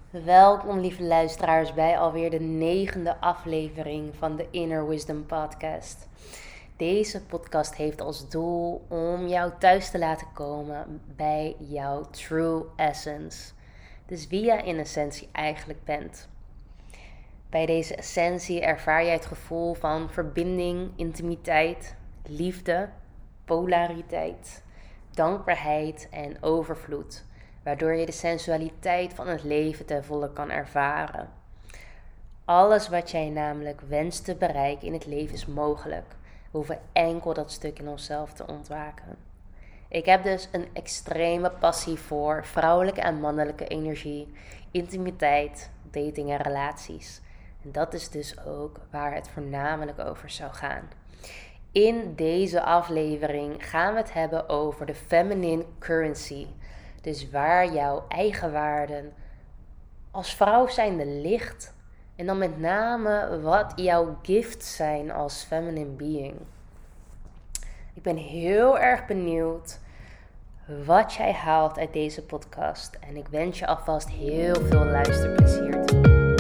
Welkom lieve luisteraars bij alweer de 9e aflevering van de Inner Wisdom podcast. Deze podcast heeft als doel om jou thuis te laten komen bij jouw true essence. Dus wie jij in essentie eigenlijk bent. Bij deze essentie ervaar jij het gevoel van verbinding, intimiteit, liefde, polariteit, dankbaarheid en overvloed. Waardoor je de sensualiteit van het leven ten volle kan ervaren. Alles wat jij namelijk wenst te bereiken in het leven is mogelijk. We hoeven enkel dat stuk in onszelf te ontwaken. Ik heb dus een extreme passie voor vrouwelijke en mannelijke energie, intimiteit, dating en relaties. En dat is dus ook waar het voornamelijk over zou gaan. In deze aflevering gaan we het hebben over de feminine currency. Dus waar jouw eigen waarden als vrouw zijnde ligt. En dan met name wat jouw gifts zijn als feminine being. Ik ben heel erg benieuwd wat jij haalt uit deze podcast. En ik wens je alvast heel veel luisterplezier toe.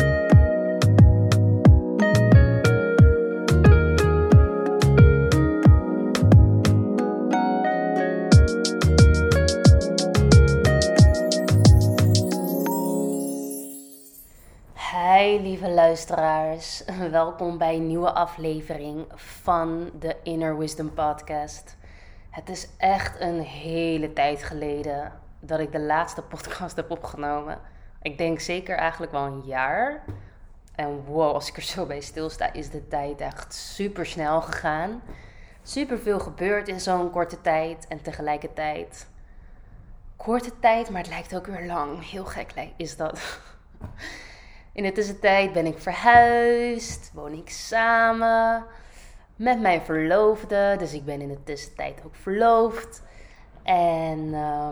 Hi lieve luisteraars, welkom bij een nieuwe aflevering van de Inner Wisdom podcast. Het is echt een hele tijd geleden dat ik de laatste podcast heb opgenomen. Ik denk zeker eigenlijk wel een jaar. En wow, als ik er zo bij stilsta is de tijd echt super snel gegaan. Super veel gebeurd in zo'n korte tijd en tegelijkertijd korte tijd, maar het lijkt ook weer lang. Heel gek is dat. In de tussentijd ben ik verhuisd, woon ik samen met mijn verloofde. Dus ik ben in de tussentijd ook verloofd. En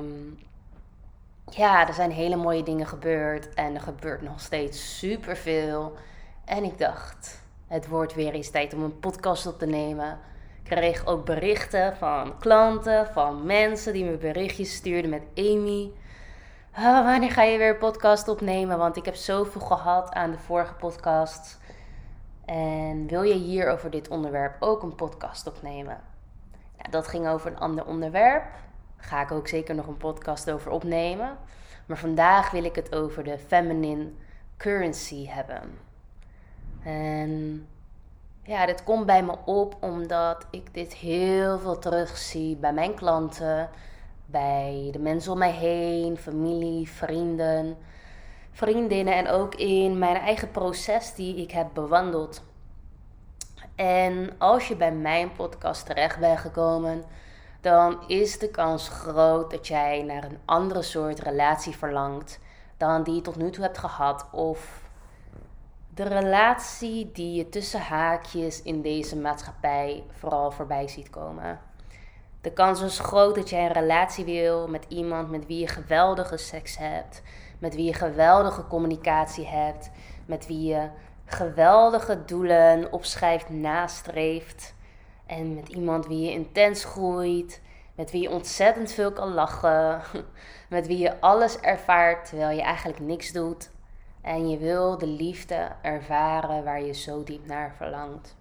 er zijn hele mooie dingen gebeurd. En er gebeurt nog steeds superveel. En ik dacht, het wordt weer eens tijd om een podcast op te nemen. Ik kreeg ook berichten van klanten, van mensen die me berichtjes stuurden met Amy. Wanneer ga je weer een podcast opnemen? Want ik heb zoveel gehad aan de vorige podcast. En wil je hier over dit onderwerp ook een podcast opnemen? Nou, dat ging over een ander onderwerp. Ga ik ook zeker nog een podcast over opnemen. Maar vandaag wil ik het over de feminine currency hebben. En ja, dit komt bij me op omdat ik dit heel veel terugzie bij mijn klanten, bij de mensen om mij heen, familie, vriendinnen en ook in mijn eigen proces die ik heb bewandeld. En als je bij mijn podcast terecht bent gekomen, dan is de kans groot dat jij naar een andere soort relatie verlangt dan die je tot nu toe hebt gehad. Of de relatie die je tussen haakjes in deze maatschappij vooral voorbij ziet komen. De kans is groot dat jij een relatie wil met iemand met wie je geweldige seks hebt. Met wie je geweldige communicatie hebt. Met wie je geweldige doelen opschrijft, nastreeft. En met iemand wie je intens groeit. Met wie je ontzettend veel kan lachen. Met wie je alles ervaart terwijl je eigenlijk niks doet. En je wil de liefde ervaren waar je zo diep naar verlangt.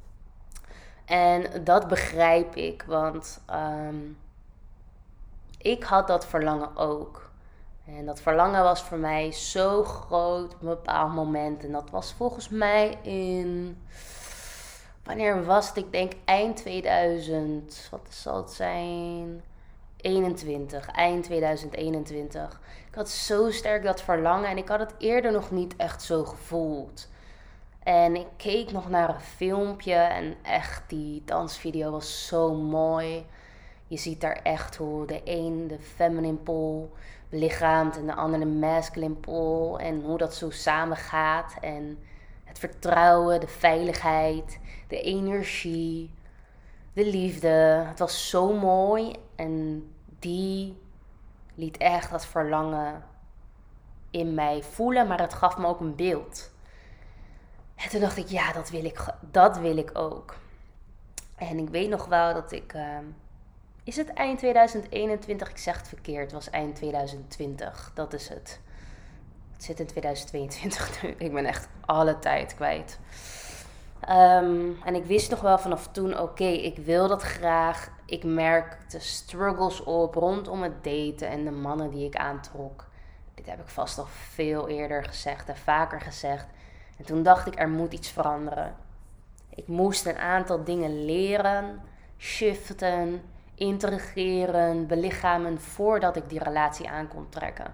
En dat begrijp ik, want ik had dat verlangen ook. En dat verlangen was voor mij zo groot op een bepaald moment. En dat was volgens mij wanneer was het? Ik denk eind 2000, wat zal het zijn? Eind 2021. Ik had zo sterk dat verlangen en ik had het eerder nog niet echt zo gevoeld. En ik keek nog naar een filmpje en echt, die dansvideo was zo mooi. Je ziet daar echt hoe de een de feminine pole belichaamt en de ander de masculine pole. En hoe dat zo samen gaat. En het vertrouwen, de veiligheid, de energie, de liefde. Het was zo mooi en die liet echt dat verlangen in mij voelen. Maar het gaf me ook een beeld. En toen dacht ik, ja, dat wil ik ook. En ik weet nog wel dat ik... is het eind 2021? Ik zeg het verkeerd. Het was eind 2020. Dat is het. Het zit in 2022 nu. Ik ben echt alle tijd kwijt. En ik wist nog wel vanaf toen, oké, ik wil dat graag. Ik merkte struggles op rondom het daten en de mannen die ik aantrok. Dit heb ik vast al veel eerder gezegd en vaker gezegd. En toen dacht ik, er moet iets veranderen. Ik moest een aantal dingen leren, shiften, integreren, belichamen voordat ik die relatie aan kon trekken.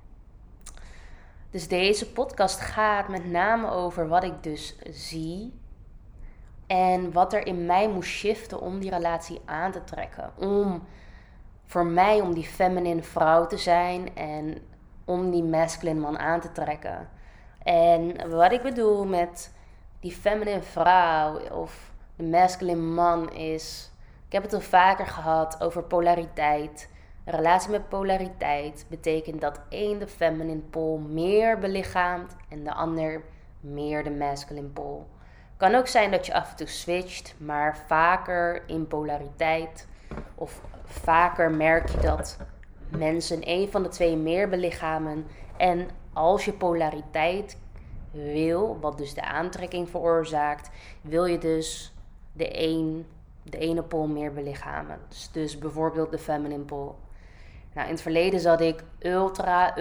Dus deze podcast gaat met name over wat ik dus zie en wat er in mij moest shiften om die relatie aan te trekken. Voor mij om die feminine vrouw te zijn en om die masculine man aan te trekken. En wat ik bedoel met die feminine vrouw of de masculine man is... Ik heb het al vaker gehad over polariteit. Een relatie met polariteit betekent dat één de feminine pol meer belichaamt en de ander meer de masculine pol. Kan ook zijn dat je af en toe switcht, maar vaker in polariteit of vaker merk je dat mensen één van de twee meer belichamen. En als je polariteit wil, wat dus de aantrekking veroorzaakt, wil je dus de ene pol meer belichamen. Dus bijvoorbeeld de feminine pol. Nou, in het verleden zat ik ultra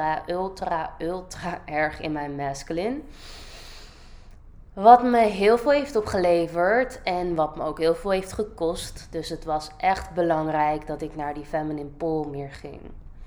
erg in mijn masculine. Wat me heel veel heeft opgeleverd en wat me ook heel veel heeft gekost. Dus het was echt belangrijk dat ik naar die feminine pol meer ging.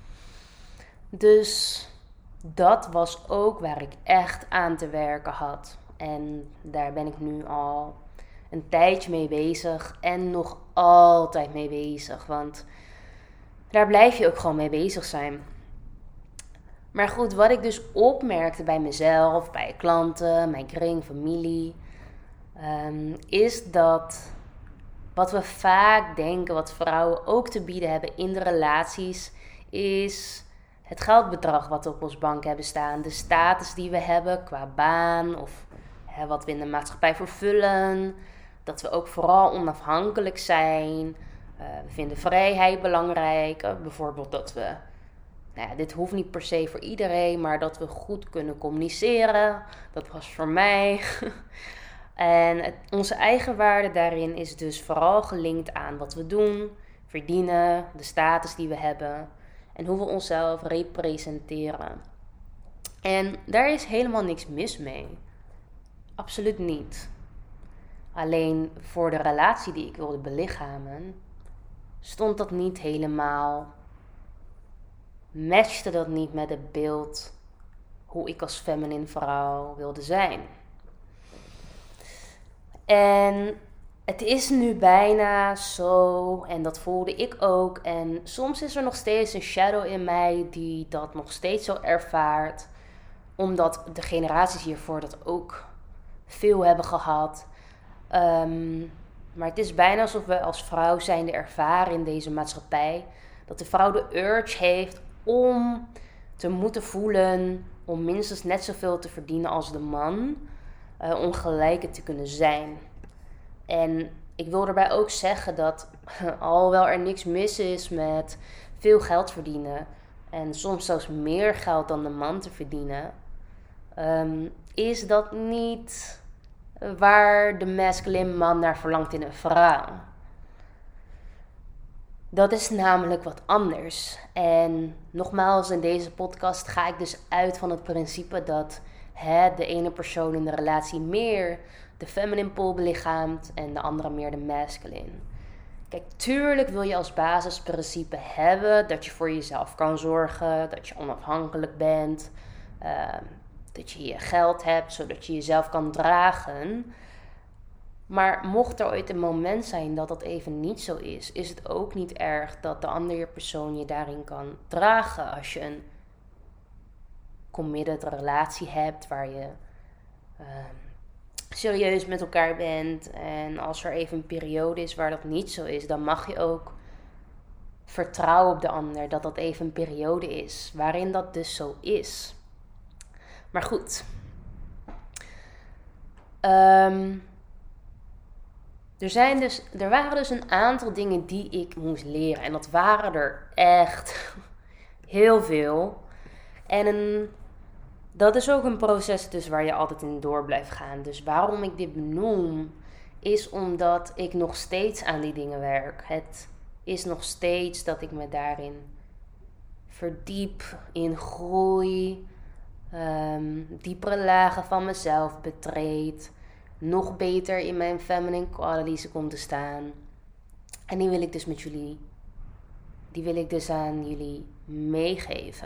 Dus dat was ook waar ik echt aan te werken had. En daar ben ik nu al een tijdje mee bezig en nog altijd mee bezig. Want daar blijf je ook gewoon mee bezig zijn. Maar goed, wat ik dus opmerkte bij mezelf, bij klanten, mijn kring, familie, is dat wat we vaak denken, wat vrouwen ook te bieden hebben in de relaties, is het geldbedrag wat we op ons bank hebben staan. De status die we hebben qua baan of wat we in de maatschappij vervullen. Dat we ook vooral onafhankelijk zijn. We vinden vrijheid belangrijk. Bijvoorbeeld dat we... dit hoeft niet per se voor iedereen, maar dat we goed kunnen communiceren. Dat was voor mij. En onze eigen waarde daarin is dus vooral gelinkt aan wat we doen, verdienen, de status die we hebben en hoe we onszelf representeren. En daar is helemaal niks mis mee. Absoluut niet. Alleen voor de relatie die ik wilde belichamen, stond dat niet helemaal... matchte dat niet met het beeld hoe ik als feminine vrouw wilde zijn. En het is nu bijna zo, en dat voelde ik ook. En soms is er nog steeds een shadow in mij die dat nog steeds zo ervaart. Omdat de generaties hiervoor dat ook veel hebben gehad. Maar het is bijna alsof we als vrouw zijnde ervaren in deze maatschappij dat de vrouw de urge heeft om te moeten voelen, om minstens net zoveel te verdienen als de man, om gelijke te kunnen zijn. En ik wil daarbij ook zeggen dat, alhoewel er niks mis is met veel geld verdienen, en soms zelfs meer geld dan de man te verdienen, is dat niet waar de masculine man naar verlangt in een vrouw. Dat is namelijk wat anders. En nogmaals, in deze podcast ga ik dus uit van het principe dat de ene persoon in de relatie meer de feminine pol belichaamt en de andere meer de masculine. Kijk, tuurlijk wil je als basisprincipe hebben dat je voor jezelf kan zorgen, dat je onafhankelijk bent, dat je je geld hebt, zodat je jezelf kan dragen. Maar mocht er ooit een moment zijn dat dat even niet zo is, is het ook niet erg dat de andere persoon je daarin kan dragen. Als je een committed relatie hebt waar je serieus met elkaar bent en als er even een periode is waar dat niet zo is, dan mag je ook vertrouwen op de ander dat dat even een periode is waarin dat dus zo is. Maar goed. Er waren dus een aantal dingen die ik moest leren. En dat waren er echt heel veel. En dat is ook een proces dus waar je altijd in door blijft gaan. Dus waarom ik dit benoem, is omdat ik nog steeds aan die dingen werk. Het is nog steeds dat ik me daarin verdiep, in groei, diepere lagen van mezelf betreed, nog beter in mijn feminine qualities kom te staan. En die wil ik dus aan jullie meegeven.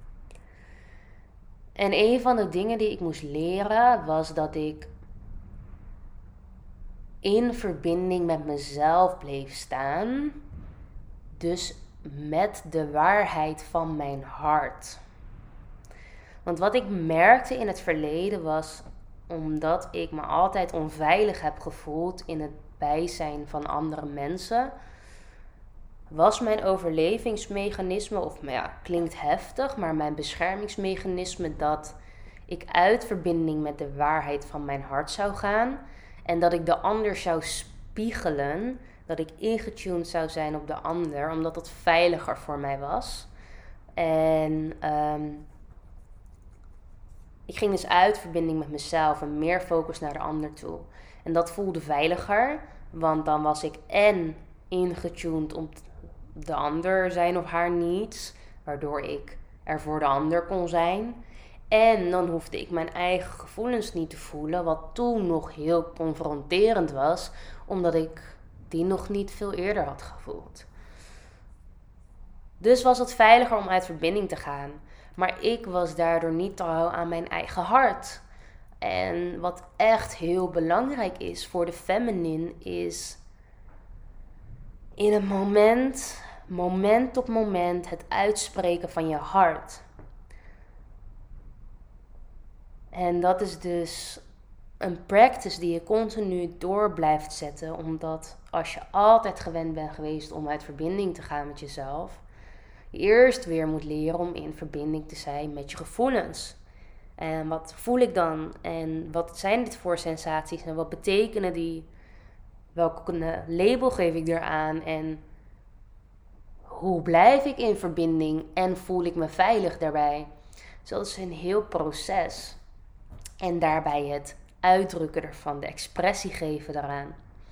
En een van de dingen die ik moest leren was dat ik in verbinding met mezelf bleef staan. Dus met de waarheid van mijn hart. Want wat ik merkte in het verleden was, omdat ik me altijd onveilig heb gevoeld in het bijzijn van andere mensen, was mijn overlevingsmechanisme, of klinkt heftig, maar mijn beschermingsmechanisme dat ik uit verbinding met de waarheid van mijn hart zou gaan en dat ik de ander zou spiegelen, dat ik ingetuned zou zijn op de ander, omdat dat veiliger voor mij was. En ik ging dus uit verbinding met mezelf en meer focus naar de ander toe. En dat voelde veiliger, want dan was ik en ingetuned op de ander zijn of haar needs, waardoor ik er voor de ander kon zijn. En dan hoefde ik mijn eigen gevoelens niet te voelen, wat toen nog heel confronterend was, omdat ik die nog niet veel eerder had gevoeld. Dus was het veiliger om uit verbinding te gaan. Maar ik was daardoor niet trouw aan mijn eigen hart. En wat echt heel belangrijk is voor de feminine is in een moment op moment het uitspreken van je hart. En dat is dus een practice die je continu door blijft zetten. Omdat als je altijd gewend bent geweest om uit verbinding te gaan met jezelf, je eerst weer moet leren om in verbinding te zijn met je gevoelens. En wat voel ik dan? En wat zijn dit voor sensaties? En wat betekenen die? Welke label geef ik eraan? En hoe blijf ik in verbinding? En voel ik me veilig daarbij? Dus dat is een heel proces. En daarbij het uitdrukken ervan, de expressie geven daaraan.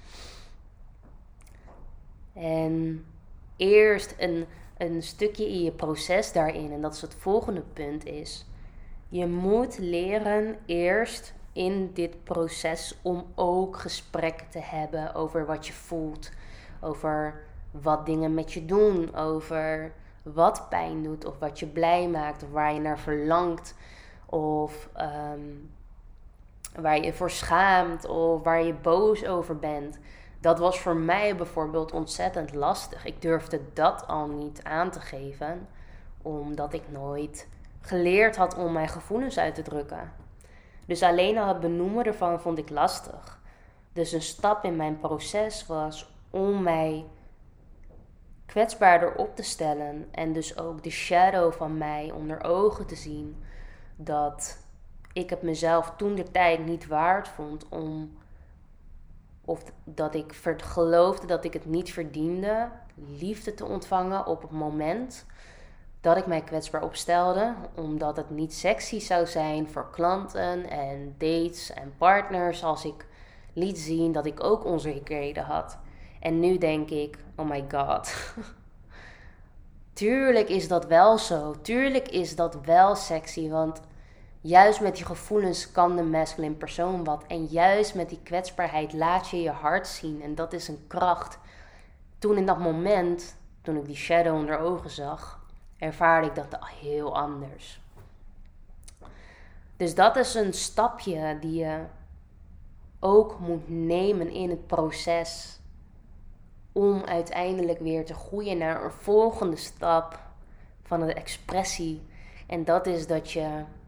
En eerst een stukje in je proces daarin, en dat is het volgende punt, is je moet leren eerst in dit proces om ook gesprekken te hebben over wat je voelt, over wat dingen met je doen, over wat pijn doet of wat je blij maakt of waar je naar verlangt of waar je voor schaamt of waar je boos over bent. Dat was voor mij bijvoorbeeld ontzettend lastig. Ik durfde dat al niet aan te geven, omdat ik nooit geleerd had om mijn gevoelens uit te drukken. Dus alleen al het benoemen ervan vond ik lastig. Dus een stap in mijn proces was om mij kwetsbaarder op te stellen. En dus ook de shadow van mij onder ogen te zien. Dat ik het mezelf toen de tijd niet waard vond om, of dat ik geloofde dat ik het niet verdiende, liefde te ontvangen op het moment dat ik mij kwetsbaar opstelde, omdat het niet sexy zou zijn voor klanten en dates en partners als ik liet zien dat ik ook onzekerheden had. En nu denk ik, oh my god, tuurlijk is dat wel zo, tuurlijk is dat wel sexy, want juist met die gevoelens kan de masculine persoon wat. En juist met die kwetsbaarheid laat je je hart zien. En dat is een kracht. Toen in dat moment, toen ik die shadow onder ogen zag, ervaarde ik dat heel anders. Dus dat is een stapje die je ook moet nemen in het proces. Om uiteindelijk weer te groeien naar een volgende stap van de expressie. En dat is dat je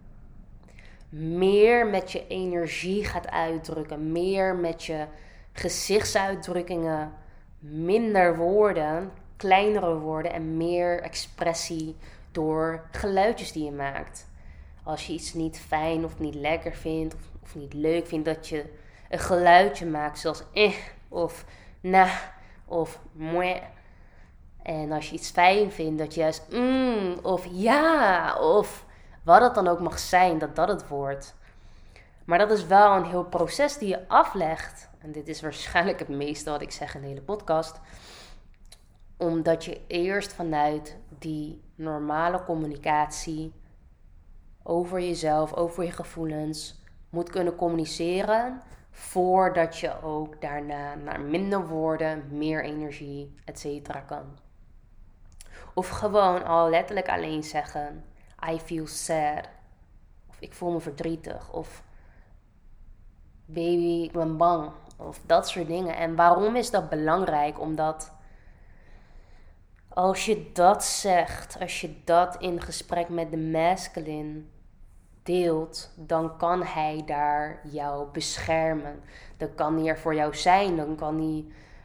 meer met je energie gaat uitdrukken. Meer met je gezichtsuitdrukkingen. Minder woorden, kleinere woorden en meer expressie door geluidjes die je maakt. Als je iets niet fijn of niet lekker vindt of niet leuk vindt, dat je een geluidje maakt zoals of na of moe. En als je iets fijn vindt, dat je juist of ja of Wat het dan ook mag zijn, dat het wordt. Maar dat is wel een heel proces die je aflegt. En dit is waarschijnlijk het meeste wat ik zeg in de hele podcast. Omdat je eerst vanuit die normale communicatie over jezelf, over je gevoelens moet kunnen communiceren. Voordat je ook daarna naar minder woorden, meer energie, etc. kan. Of gewoon al letterlijk alleen zeggen, I feel sad. Of ik voel me verdrietig. Of baby, ik ben bang. Of dat soort dingen. En waarom is dat belangrijk? Omdat als je dat zegt, als je dat in gesprek met de masculine deelt, dan kan hij daar jou beschermen. Dan kan hij er voor jou zijn. Dan kan hij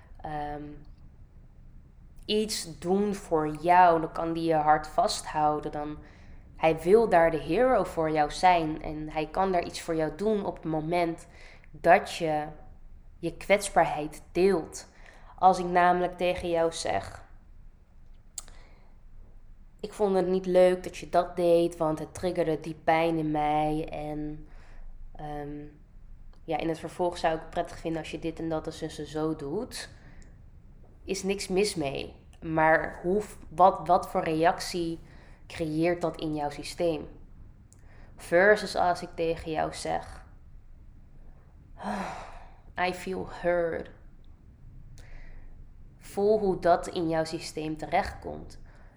iets doen voor jou. Dan kan hij je hart vasthouden. Hij wil daar de hero voor jou zijn. En hij kan daar iets voor jou doen op het moment dat je je kwetsbaarheid deelt. Als ik namelijk tegen jou zeg, ik vond het niet leuk dat je dat deed, want het triggerde die pijn in mij. En in het vervolg zou ik het prettig vinden als je dit en dat en zo doet. Is niks mis mee. Maar wat voor reactie creëert dat in jouw systeem? Versus als ik tegen jou zeg, I feel hurt. Voel hoe dat in jouw systeem terechtkomt.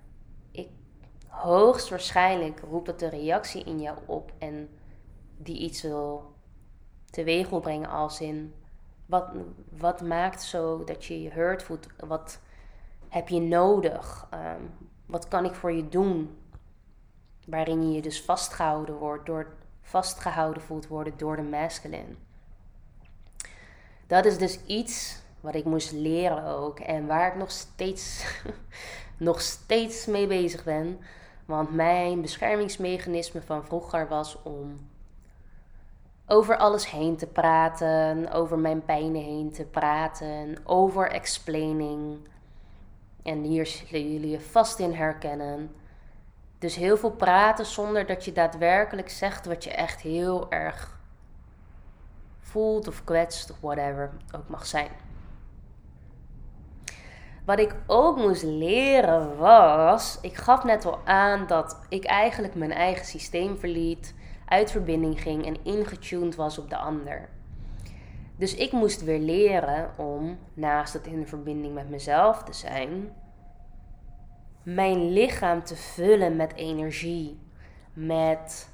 Hoogstwaarschijnlijk roept het een reactie in jou op en die iets teweeg wil brengen als in, wat maakt zo dat je je hurt voelt? Wat heb je nodig? Wat kan ik voor je doen? Waarin je je dus vastgehouden voelt worden door de masculine. Dat is dus iets wat ik moest leren ook. En waar ik nog steeds mee bezig ben. Want mijn beschermingsmechanisme van vroeger was om over alles heen te praten. Over mijn pijnen heen te praten. Over explaining. En hier zullen jullie je vast in herkennen. Dus heel veel praten zonder dat je daadwerkelijk zegt wat je echt heel erg voelt of kwetst of whatever ook mag zijn. Wat ik ook moest leren was, ik gaf net al aan dat ik eigenlijk mijn eigen systeem verliet, uit verbinding ging en ingetuned was op de ander. Dus ik moest weer leren om, naast het in verbinding met mezelf te zijn, mijn lichaam te vullen met energie, met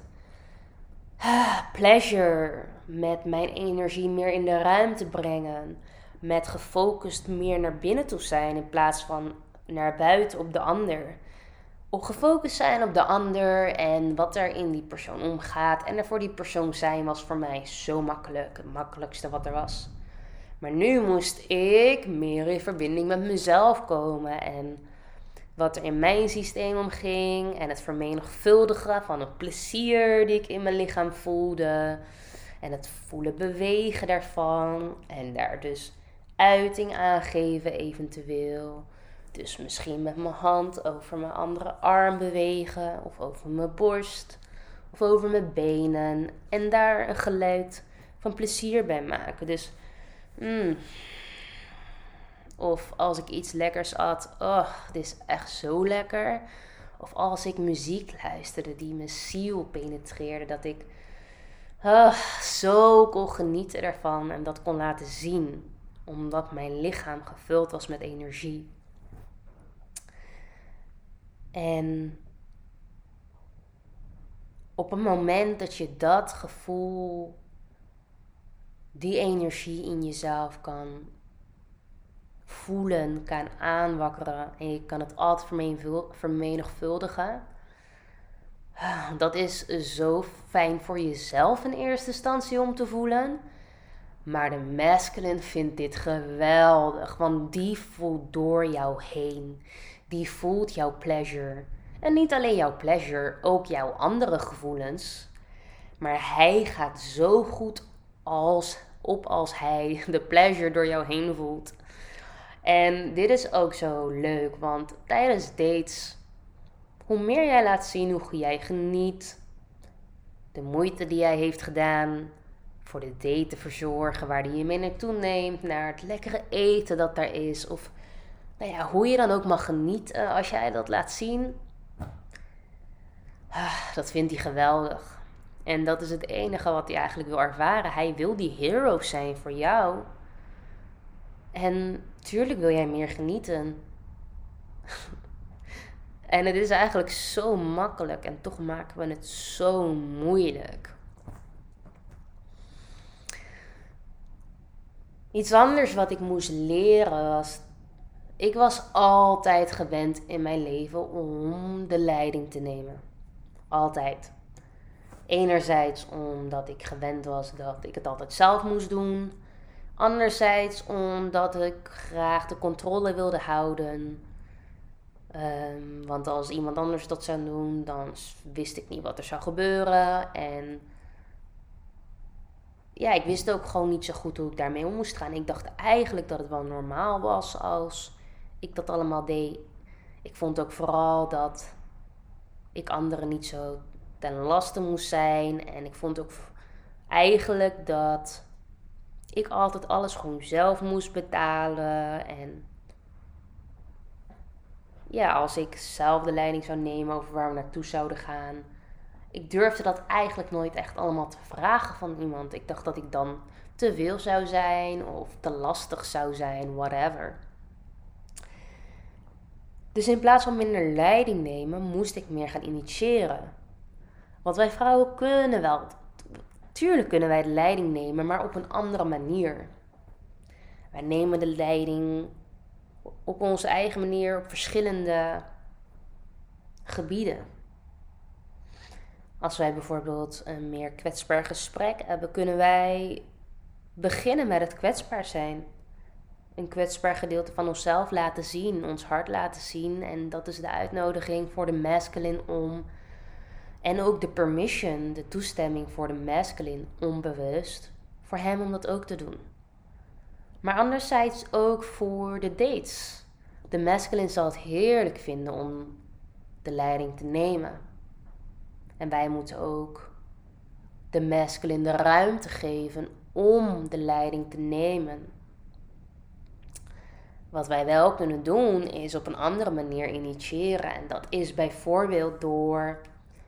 pleasure, met mijn energie meer in de ruimte brengen, met gefocust meer naar binnen toe zijn in plaats van naar buiten op de ander. Op gefocust zijn op de ander en wat er in die persoon omgaat. En er voor die persoon zijn was voor mij zo makkelijk, het makkelijkste wat er was. Maar nu moest ik meer in verbinding met mezelf komen en wat er in mijn systeem omging en het vermenigvuldigen van het plezier die ik in mijn lichaam voelde en het voelen bewegen daarvan en daar dus uiting aangeven eventueel. Dus misschien met mijn hand over mijn andere arm bewegen of over mijn borst of over mijn benen en daar een geluid van plezier bij maken. Dus Of als ik iets lekkers at, dit is echt zo lekker. Of als ik muziek luisterde die mijn ziel penetreerde, dat ik zo kon genieten ervan en dat kon laten zien. Omdat mijn lichaam gevuld was met energie. En op het moment dat je dat gevoel, die energie in jezelf kan voelen, kan aanwakkeren en je kan het altijd vermenigvuldigen. Dat is zo fijn voor jezelf in eerste instantie om te voelen. Maar de masculine vindt dit geweldig, want die voelt door jou heen. Die voelt jouw pleasure. En niet alleen jouw pleasure, ook jouw andere gevoelens. Maar hij gaat zo goed als hij de pleasure door jou heen voelt. En dit is ook zo leuk, want tijdens dates, hoe meer jij laat zien hoe jij geniet De moeite die hij heeft gedaan voor de date te verzorgen, waar hij je mee naartoe neemt, naar het lekkere eten dat daar is. Of nou ja, hoe je dan ook mag genieten als jij dat laat zien. Dat vindt hij geweldig. En dat is het enige wat hij eigenlijk wil ervaren. Hij wil die hero zijn voor jou. En tuurlijk wil jij meer genieten. En het is eigenlijk zo makkelijk en toch maken we het zo moeilijk. Iets anders wat ik moest leren was... Ik was altijd gewend in mijn leven om de leiding te nemen. Altijd. Enerzijds omdat ik gewend was dat ik het altijd zelf moest doen. Anderzijds omdat ik graag de controle wilde houden. Want als iemand anders dat zou doen, dan wist ik niet wat er zou gebeuren. En ja, ik wist ook gewoon niet zo goed hoe ik daarmee om moest gaan. Ik dacht eigenlijk dat het wel normaal was als ik dat allemaal deed. Ik vond ook vooral dat ik anderen niet zo ten laste moest zijn. En ik vond ook eigenlijk dat ik altijd alles gewoon zelf moest betalen. En ja, als ik zelf de leiding zou nemen over waar we naartoe zouden gaan. Ik durfde dat eigenlijk nooit echt allemaal te vragen van iemand. Ik dacht dat ik dan te veel zou zijn of te lastig zou zijn, whatever. Dus in plaats van minder leiding nemen, moest ik meer gaan initiëren. Want wij vrouwen kunnen wel, tuurlijk kunnen wij de leiding nemen, maar op een andere manier. Wij nemen de leiding op onze eigen manier op verschillende gebieden. Als wij bijvoorbeeld een meer kwetsbaar gesprek hebben, kunnen wij beginnen met het kwetsbaar zijn. Een kwetsbaar gedeelte van onszelf laten zien, ons hart laten zien. En dat is de uitnodiging voor de masculine om... En ook de permission, de toestemming voor de masculine onbewust, voor hem om dat ook te doen. Maar anderzijds ook voor de dates. De masculine zal het heerlijk vinden om de leiding te nemen. En wij moeten ook de masculine de ruimte geven om de leiding te nemen. Wat wij wel kunnen doen is op een andere manier initiëren. En dat is bijvoorbeeld door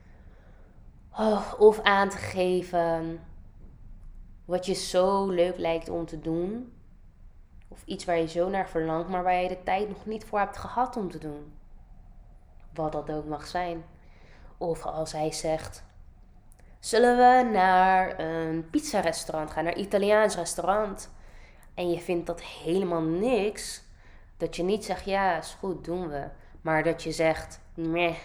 of aan te geven wat je zo leuk lijkt om te doen. Of iets waar je zo naar verlangt, maar waar je de tijd nog niet voor hebt gehad om te doen. Wat dat ook mag zijn. Of als hij zegt, zullen we naar een pizzarestaurant gaan, naar een Italiaans restaurant. En je vindt dat helemaal niks. Dat je niet zegt, ja, is goed, doen we. Maar dat je zegt, nee.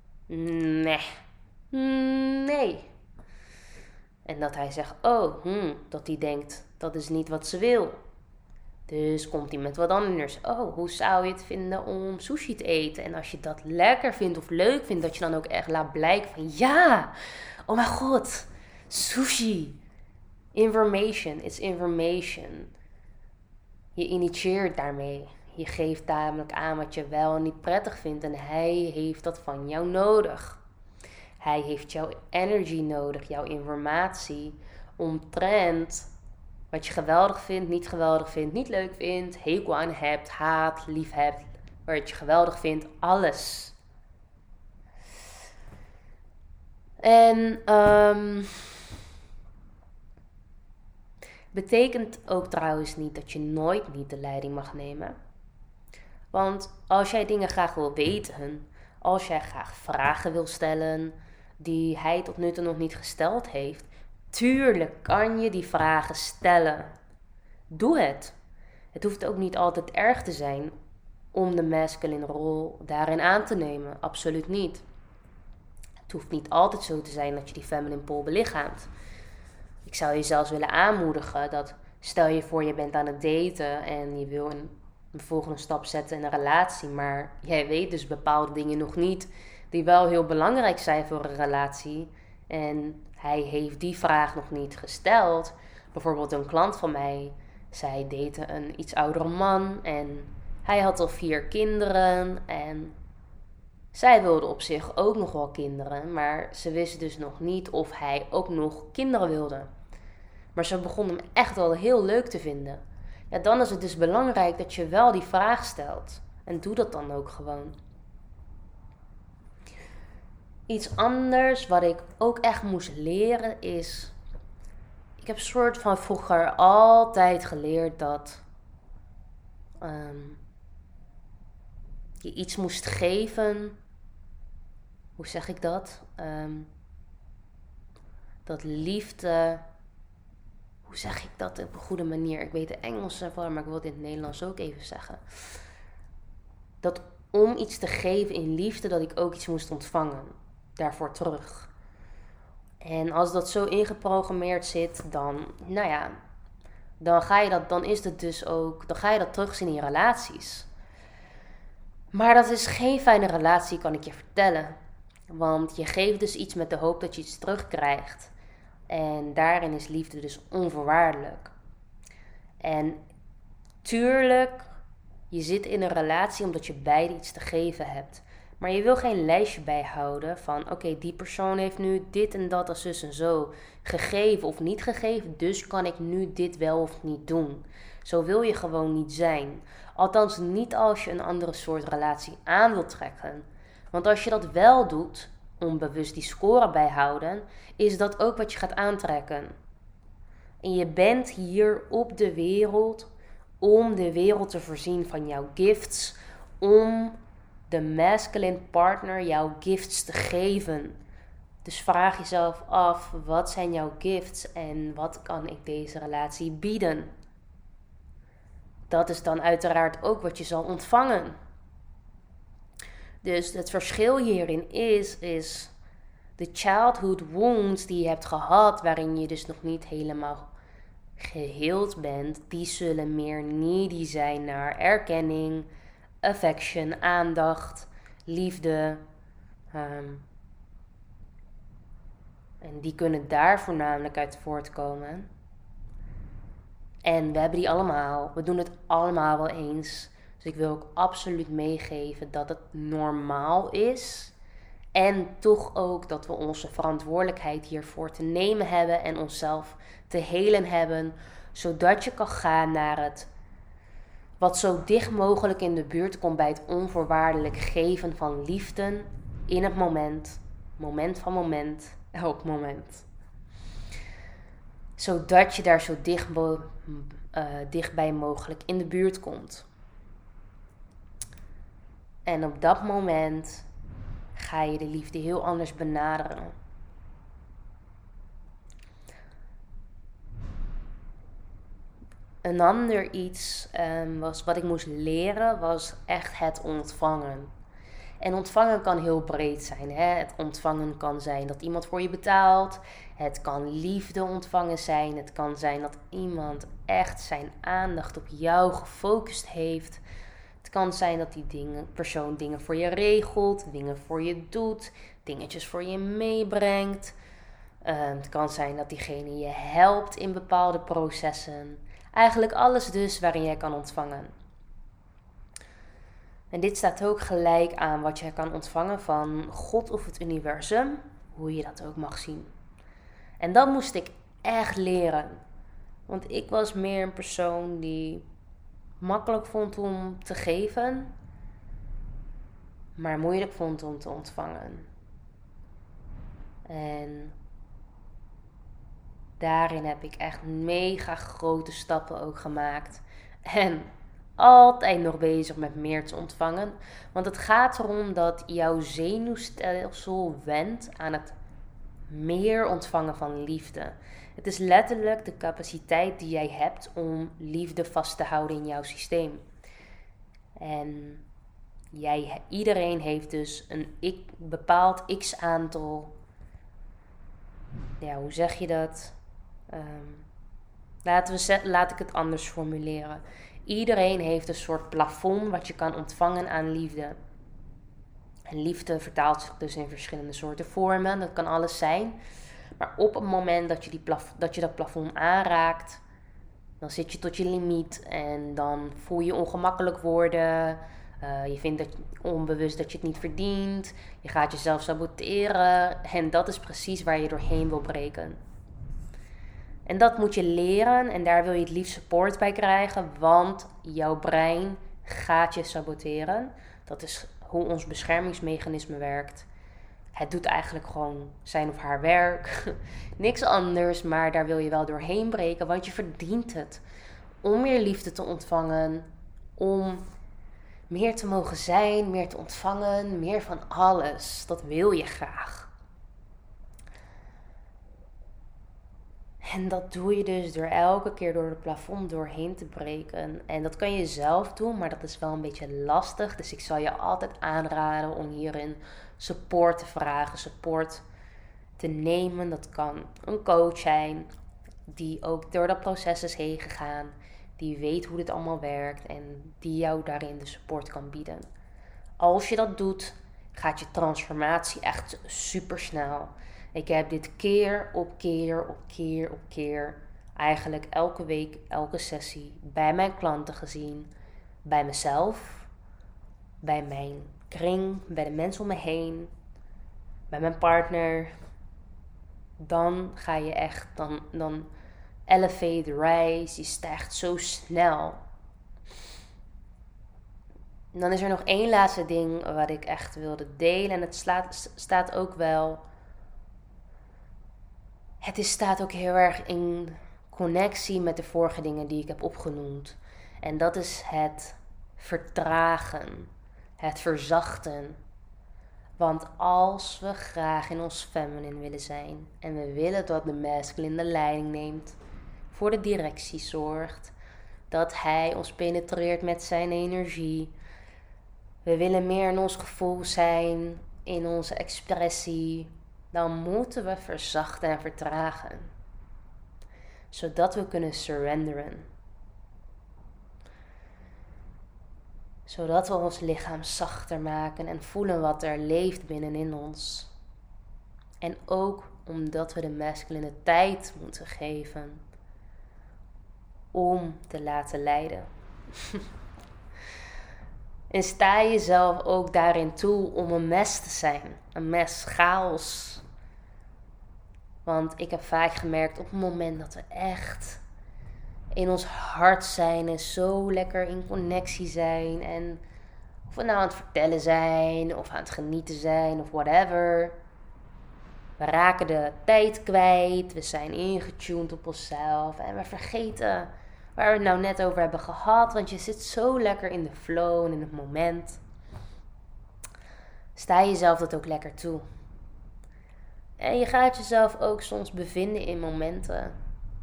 En dat hij zegt, dat hij denkt, dat is niet wat ze wil. Dus komt hij met wat anders. Hoe zou je het vinden om sushi te eten? En als je dat lekker vindt of leuk vindt, dat je dan ook echt laat blijken van, ja, oh mijn god, sushi. Information, it's information. Je initieert daarmee. Je geeft namelijk aan wat je wel en niet prettig vindt. En hij heeft dat van jou nodig. Hij heeft jouw energy nodig, jouw informatie, omtrent wat je geweldig vindt, niet geweldig vindt, niet leuk vindt, hekel aan hebt, haat, lief hebt, wat je geweldig vindt, alles. En betekent ook trouwens niet dat je nooit niet de leiding mag nemen. Want als jij dingen graag wil weten, als jij graag vragen wil stellen die hij tot nu toe nog niet gesteld heeft, tuurlijk kan je die vragen stellen. Doe het. Het hoeft ook niet altijd erg te zijn om de masculine rol daarin aan te nemen. Absoluut niet. Het hoeft niet altijd zo te zijn dat je die feminine pol belichaamt. Ik zou je zelfs willen aanmoedigen dat, stel je voor je bent aan het daten en je wil een volgende stap zetten in een relatie, maar jij weet dus bepaalde dingen nog niet die wel heel belangrijk zijn voor een relatie. En hij heeft die vraag nog niet gesteld. Bijvoorbeeld een klant van mij, zij date een iets oudere man en hij had al 4 kinderen. En Zij wilde op zich ook nog wel kinderen, maar ze wist dus nog niet of hij ook nog kinderen wilde. Maar ze begon hem echt wel heel leuk te vinden. Ja, dan is het dus belangrijk dat je wel die vraag stelt. En doe dat dan ook gewoon. Iets anders wat ik ook echt moest leren is... Ik heb soort van vroeger altijd geleerd dat... je iets moest geven. Hoe zeg ik dat? Dat liefde... Hoe zeg ik dat op een goede manier? Ik weet de Engels ervan, maar ik wil het in het Nederlands ook even zeggen. Dat om iets te geven in liefde, dat ik ook iets moest ontvangen. Daarvoor terug. En als dat zo ingeprogrammeerd zit, dan, dan is het dus ook, dan ga je dat terugzien in je relaties. Maar dat is geen fijne relatie, kan ik je vertellen. Want je geeft dus iets met de hoop dat je iets terugkrijgt. En daarin is liefde dus onvoorwaardelijk. En tuurlijk, je zit in een relatie omdat je beide iets te geven hebt. Maar je wil geen lijstje bijhouden van... Oké, die persoon heeft nu dit en dat als zus en zo gegeven of niet gegeven. Dus kan ik nu dit wel of niet doen. Zo wil je gewoon niet zijn. Althans niet als je een andere soort relatie aan wilt trekken. Want als je dat wel doet, onbewust die score bijhouden... is dat ook wat je gaat aantrekken. En je bent hier op de wereld om de wereld te voorzien van jouw gifts. Om de masculine partner jouw gifts te geven. Dus vraag jezelf af, wat zijn jouw gifts en wat kan ik deze relatie bieden? Dat is dan uiteraard ook wat je zal ontvangen. Dus het verschil hierin is de childhood wounds die je hebt gehad, waarin je dus nog niet helemaal geheeld bent, die zullen meer needy zijn naar erkenning, affection, aandacht, liefde. En die kunnen daar voornamelijk uit voortkomen. En we hebben die allemaal. We doen het allemaal wel eens. Dus ik wil ook absoluut meegeven dat het normaal is. En toch ook dat we onze verantwoordelijkheid hiervoor te nemen hebben en onszelf te helen hebben. Zodat je kan gaan naar het wat zo dicht mogelijk in de buurt komt bij het onvoorwaardelijk geven van liefde in het moment. Moment van moment, elk moment. Zodat je daar zo dichtbij mogelijk in de buurt komt. En op dat moment ga je de liefde heel anders benaderen. Een ander iets was wat ik moest leren, was echt het ontvangen. En ontvangen kan heel breed zijn. Hè? Het ontvangen kan zijn dat iemand voor je betaalt. Het kan liefde ontvangen zijn. Het kan zijn dat iemand echt zijn aandacht op jou gefocust heeft. Het kan zijn dat die persoon dingen voor je regelt, dingen voor je doet, dingetjes voor je meebrengt. Het kan zijn dat diegene je helpt in bepaalde processen. Eigenlijk alles dus waarin jij kan ontvangen. En dit staat ook gelijk aan wat je kan ontvangen van God of het universum, hoe je dat ook mag zien. En dat moest ik echt leren. Want ik was meer een persoon die makkelijk vond om te geven, maar moeilijk vond om te ontvangen. En daarin heb ik echt mega grote stappen ook gemaakt. En altijd nog bezig met meer te ontvangen. Want het gaat erom dat jouw zenuwstelsel wendt aan het meer ontvangen van liefde. Het is letterlijk de capaciteit die jij hebt om liefde vast te houden in jouw systeem. En iedereen heeft dus een bepaald x-aantal. Ja, hoe zeg je dat? Laat ik het anders formuleren. Iedereen heeft een soort plafond wat je kan ontvangen aan liefde. En liefde vertaalt zich dus in verschillende soorten vormen. Dat kan alles zijn. Maar op het moment dat je dat plafond aanraakt, dan zit je tot je limiet. En dan voel je ongemakkelijk worden. Je vindt dat onbewust dat je het niet verdient. Je gaat jezelf saboteren. En dat is precies waar je doorheen wil breken. En dat moet je leren en daar wil je het liefst support bij krijgen. Want jouw brein gaat je saboteren. Dat is hoe ons beschermingsmechanisme werkt. Het doet eigenlijk gewoon zijn of haar werk. Niks anders, maar daar wil je wel doorheen breken. Want je verdient het. Om meer liefde te ontvangen. Om meer te mogen zijn, meer te ontvangen, meer van alles. Dat wil je graag. En dat doe je dus door elke keer door het plafond doorheen te breken. En dat kan je zelf doen, maar dat is wel een beetje lastig. Dus ik zal je altijd aanraden om hierin support te vragen, support te nemen. Dat kan een coach zijn die ook door dat proces is heen gegaan. Die weet hoe dit allemaal werkt en die jou daarin de support kan bieden. Als je dat doet, gaat je transformatie echt super snel. Ik heb dit keer op keer, eigenlijk elke week, elke sessie, bij mijn klanten gezien. Bij mezelf, bij mijn kring, bij de mensen om me heen, bij mijn partner. Dan ga je echt, dan elevate the rise, je stijgt zo snel. En dan is er nog één laatste ding wat ik echt wilde delen. En het staat ook wel... staat ook heel erg in connectie met de vorige dingen die ik heb opgenoemd. En dat is het vertragen. Het verzachten. Want als we graag in ons feminine willen zijn. En we willen dat de masculine de leiding neemt. Voor de directie zorgt. Dat hij ons penetreert met zijn energie. We willen meer in ons gevoel zijn. In onze expressie. Dan moeten we verzachten en vertragen. Zodat we kunnen surrenderen. Zodat we ons lichaam zachter maken en voelen wat er leeft binnenin ons. En ook omdat we de masculine tijd moeten geven om te laten leiden. En sta jezelf ook daarin toe om een mes te zijn. Een mes, chaos. Want ik heb vaak gemerkt op het moment dat we echt in ons hart zijn en zo lekker in connectie zijn. En of we nou aan het vertellen zijn of aan het genieten zijn of whatever. We raken de tijd kwijt, we zijn ingetuned op onszelf en we vergeten waar we het nou net over hebben gehad. Want je zit zo lekker in de flow en in het moment. Sta jezelf dat ook lekker toe. En je gaat jezelf ook soms bevinden in momenten.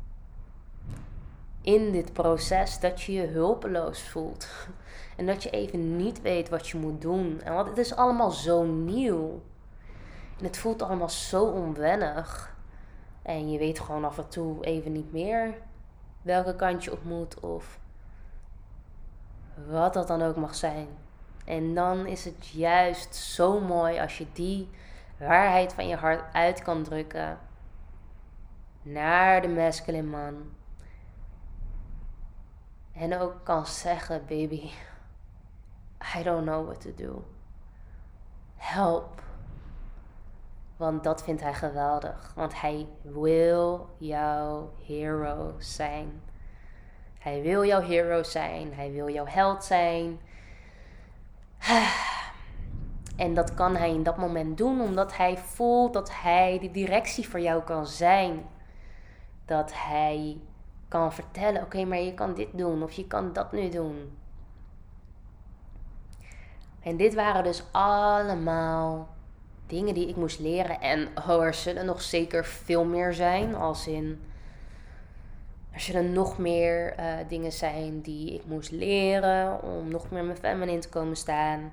In dit proces dat je je hulpeloos voelt. En dat je even niet weet wat je moet doen. En want het is allemaal zo nieuw. En het voelt allemaal zo onwennig. En je weet gewoon af en toe even niet meer welke kant je op moet. Of wat dat dan ook mag zijn. En dan is het juist zo mooi als je die waarheid van je hart uit kan drukken. Naar de masculine man. En ook kan zeggen, baby, I don't know what to do. Help. Want dat vindt hij geweldig. Want hij wil jouw hero zijn. Hij wil jouw hero zijn. Hij wil jouw held zijn. En dat kan hij in dat moment doen. Omdat hij voelt dat hij de directie voor jou kan zijn. Dat hij kan vertellen, oké, maar je kan dit doen. Of je kan dat nu doen. En dit waren dus allemaal dingen die ik moest leren. En er zullen nog zeker veel meer zijn. Als in, er zullen nog meer dingen zijn die ik moest leren. Om nog meer in mijn feminine te komen staan.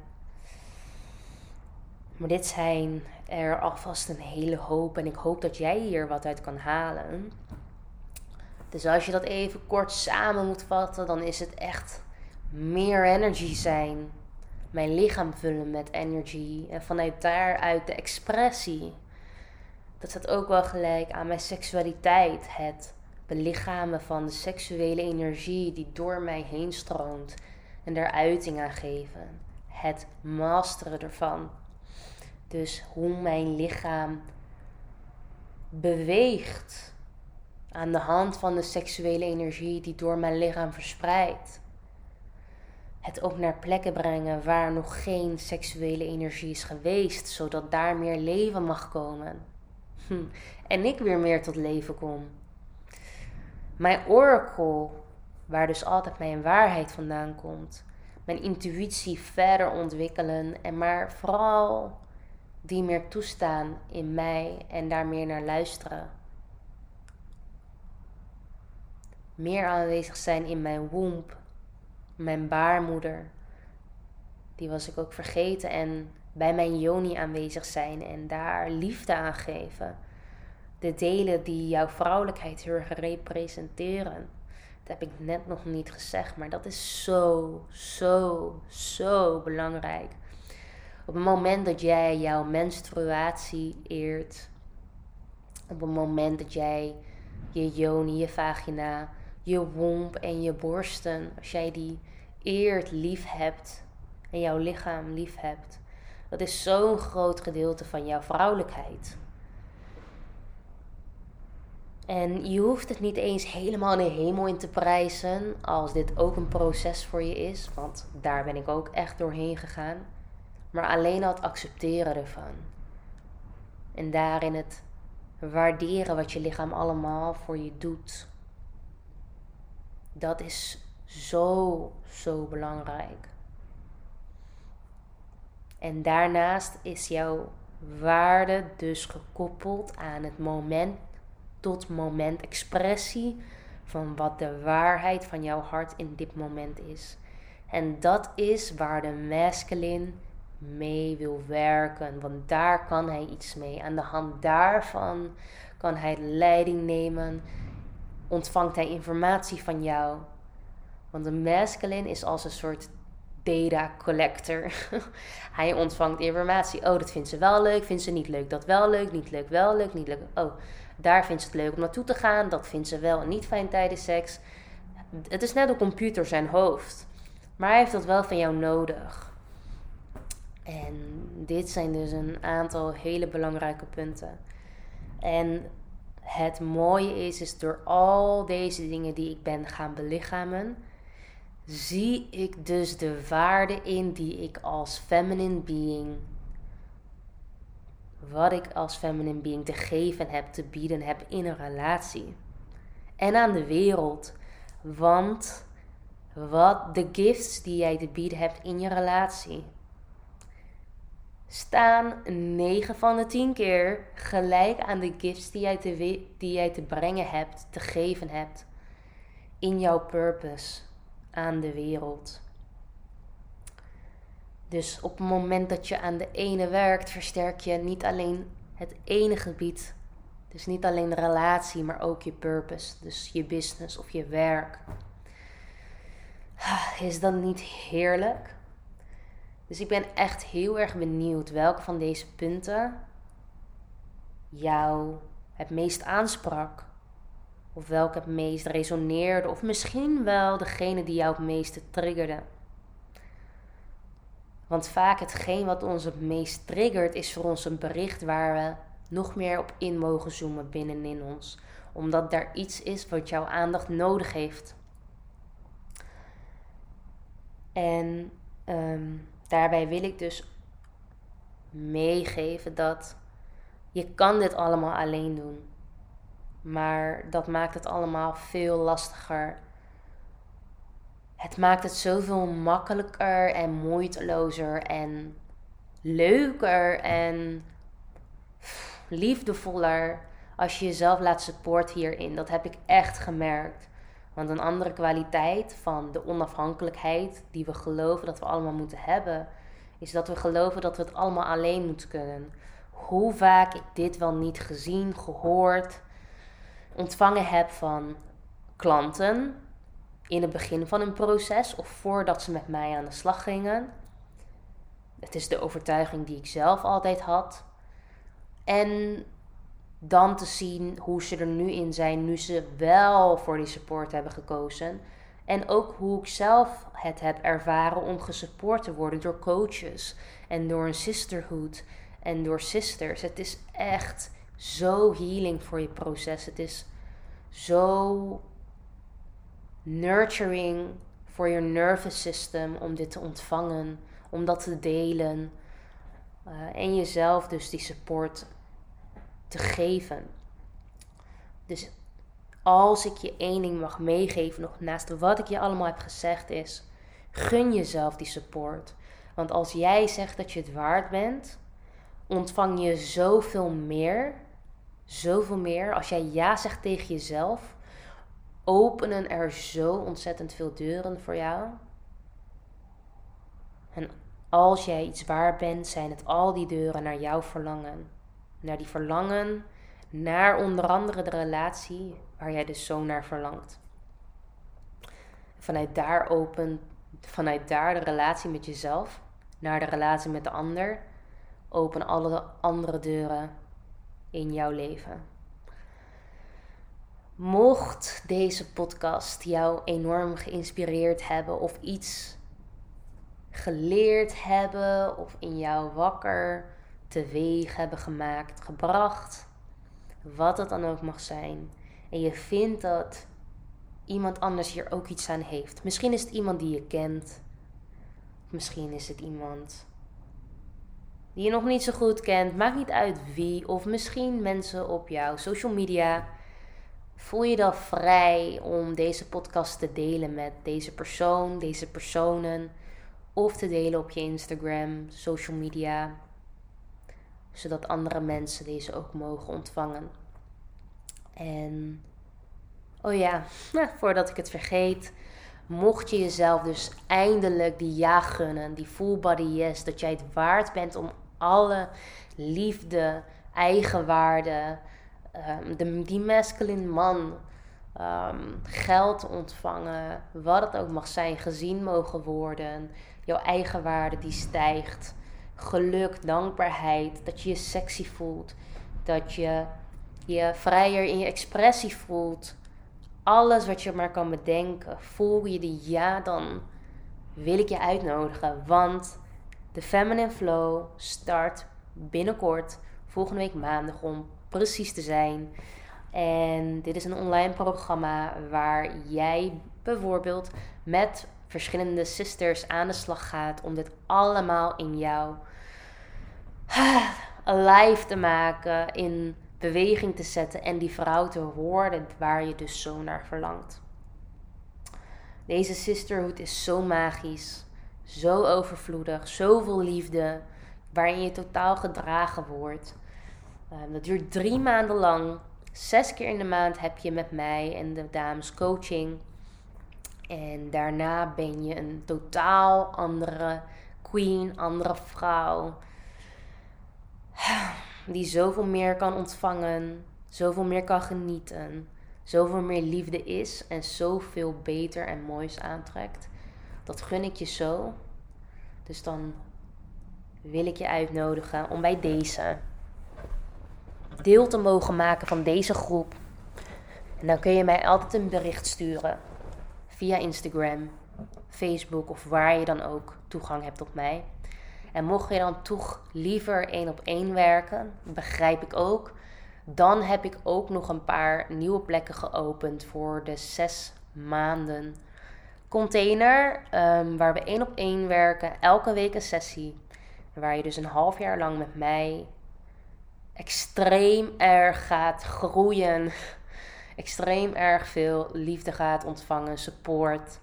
Maar dit zijn er alvast een hele hoop. En ik hoop dat jij hier wat uit kan halen. Dus als je dat even kort samen moet vatten. Dan is het echt meer energy zijn. Mijn lichaam vullen met energy. En vanuit daaruit de expressie. Dat staat ook wel gelijk aan mijn seksualiteit. Het belichamen van de seksuele energie die door mij heen stroomt. En daar uiting aan geven. het masteren ervan. Dus hoe mijn lichaam beweegt aan de hand van de seksuele energie die door mijn lichaam verspreidt. Het ook naar plekken brengen waar nog geen seksuele energie is geweest, zodat daar meer leven mag komen. En ik weer meer tot leven kom. Mijn oracle, waar dus altijd mijn waarheid vandaan komt. Mijn intuïtie verder ontwikkelen en maar vooral die meer toestaan in mij en daar meer naar luisteren. Meer aanwezig zijn in mijn womb, mijn baarmoeder. Die was ik ook vergeten. En bij mijn yoni aanwezig zijn en daar liefde aan geven. De delen die jouw vrouwelijkheid heel erg representeren. Dat heb ik net nog niet gezegd, maar dat is zo belangrijk. Op het moment dat jij jouw menstruatie eert, op het moment dat jij je yoni, je vagina, je womb en je borsten, als jij die eert, lief hebt en jouw lichaam lief hebt, dat is zo'n groot gedeelte van jouw vrouwelijkheid. En je hoeft het niet eens helemaal de hemel in te prijzen als dit ook een proces voor je is. Want daar ben ik ook echt doorheen gegaan. Maar alleen al het accepteren ervan. En daarin het waarderen wat je lichaam allemaal voor je doet. Dat is zo belangrijk. En daarnaast is jouw waarde dus gekoppeld aan het moment tot moment expressie van wat de waarheid van jouw hart in dit moment is. En dat is waar de masculine mee wil werken, want daar kan hij iets mee. Aan de hand daarvan kan hij leiding nemen, ontvangt hij informatie van jou. Want de masculine is als een soort data collector. Hij ontvangt informatie. Oh, dat vindt ze wel leuk, vindt ze niet leuk. Dat wel leuk, niet leuk, wel leuk, niet leuk. Oh, daar vindt ze het leuk om naartoe te gaan. Dat vindt ze wel en niet fijn tijdens seks. Het is net een computer zijn hoofd. Maar hij heeft dat wel van jou nodig. En dit zijn dus een aantal hele belangrijke punten. En het mooie is door al deze dingen die ik ben gaan belichamen, zie ik dus de waarde in die ik als feminine being, wat ik als feminine being te geven heb, te bieden heb in een relatie. En aan de wereld. Want wat de gifts die jij te bieden hebt in je relatie staan 9 van de 10 keer gelijk aan de gifts die jij te brengen hebt, te geven hebt in jouw purpose aan de wereld. Dus op het moment dat je aan de ene werkt, versterk je niet alleen het ene gebied. Dus niet alleen de relatie, maar ook je purpose. Dus je business of je werk. Is dat niet heerlijk? Dus ik ben echt heel erg benieuwd welke van deze punten jou het meest aansprak. Of welke het meest resoneerde. Of misschien wel degene die jou het meeste triggerde. Want vaak hetgeen wat ons het meest triggert is voor ons een bericht waar we nog meer op in mogen zoomen binnenin ons. Omdat daar iets is wat jouw aandacht nodig heeft. En daarbij wil ik dus meegeven dat je kan dit allemaal alleen doen. Maar dat maakt het allemaal veel lastiger. Het maakt het zoveel makkelijker en moeitelozer en leuker en liefdevoller als je jezelf laat supporten hierin. Dat heb ik echt gemerkt. Want een andere kwaliteit van de onafhankelijkheid die we geloven dat we allemaal moeten hebben, is dat we geloven dat we het allemaal alleen moeten kunnen. Hoe vaak ik dit wel niet gezien, gehoord, ontvangen heb van klanten in het begin van een proces of voordat ze met mij aan de slag gingen. Het is de overtuiging die ik zelf altijd had. En dan te zien hoe ze er nu in zijn, nu ze wel voor die support hebben gekozen. En ook hoe ik zelf het heb ervaren om gesupport te worden door coaches. En door een sisterhood. En door sisters. Het is echt zo healing voor je proces. Het is zo nurturing voor je nervous system om dit te ontvangen. Om dat te delen. En jezelf dus die support te geven. Dus als ik je één ding mag meegeven, nog naast wat ik je allemaal heb gezegd, is: gun jezelf die support. Want als jij zegt dat je het waard bent, ontvang je zoveel meer. Zoveel meer. Als jij ja zegt tegen jezelf, openen er zo ontzettend veel deuren voor jou. En als jij iets waard bent, zijn het al die deuren naar jouw verlangen. Naar die verlangen, naar onder andere de relatie waar jij dus zo naar verlangt. Vanuit daar de relatie met jezelf, naar de relatie met de ander, open alle andere deuren in jouw leven. Mocht deze podcast jou enorm geïnspireerd hebben of iets geleerd hebben of in jou wakker teweeg hebben gemaakt, gebracht, wat het dan ook mag zijn, en je vindt dat iemand anders hier ook iets aan heeft. Misschien is het iemand die je kent. Misschien is het iemand die je nog niet zo goed kent. Maakt niet uit wie. Of misschien mensen op jouw social media. Voel je dan vrij om deze podcast te delen met deze persoon, deze personen. Of te delen op je Instagram, social media. Zodat andere mensen deze ook mogen ontvangen. En voordat ik het vergeet. Mocht je jezelf dus eindelijk die ja gunnen, die full body yes, dat jij het waard bent om alle liefde, eigenwaarde, die masculine man, geld te ontvangen, wat het ook mag zijn, gezien mogen worden, jouw eigenwaarde die stijgt, geluk, dankbaarheid, dat je je sexy voelt, dat je je vrijer in je expressie voelt. Alles wat je maar kan bedenken, voel je de ja, dan wil ik je uitnodigen. Want de Feminine Flow start binnenkort, volgende week maandag om precies te zijn. En dit is een online programma waar jij bijvoorbeeld met verschillende sisters aan de slag gaat om dit allemaal in jou alive te maken, in beweging te zetten en die vrouw te worden waar je dus zo naar verlangt. Deze sisterhood is zo magisch, zo overvloedig, zoveel liefde, waarin je totaal gedragen wordt. Dat duurt 3 maanden lang. 6 keer in de maand heb je met mij en de dames coaching. En daarna ben je een totaal andere queen, andere vrouw. Die zoveel meer kan ontvangen, zoveel meer kan genieten, zoveel meer liefde is en zoveel beter en moois aantrekt. Dat gun ik je zo. Dus dan wil ik je uitnodigen om bij deze deel te mogen maken van deze groep. En dan kun je mij altijd een bericht sturen via Instagram, Facebook of waar je dan ook toegang hebt op mij. En mocht je dan toch liever 1-op-1 werken, begrijp ik ook. Dan heb ik ook nog een paar nieuwe plekken geopend voor de 6 maanden container. Waar we 1-op-1 werken, elke week een sessie. Waar je dus een half jaar lang met mij extreem erg gaat groeien. Extreem erg veel liefde gaat ontvangen, support.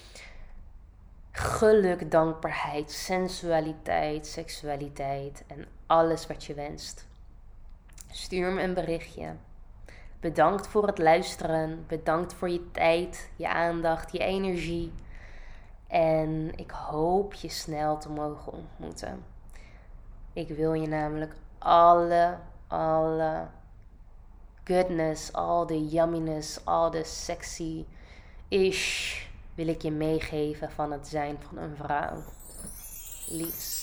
Geluk, dankbaarheid, sensualiteit, seksualiteit en alles wat je wenst. Stuur me een berichtje. Bedankt voor het luisteren. Bedankt voor je tijd, je aandacht, je energie. En ik hoop je snel te mogen ontmoeten. Ik wil je namelijk alle goodness, al de yumminess, al de sexy-ish wil ik je meegeven van het zijn van een vrouw. Liefs.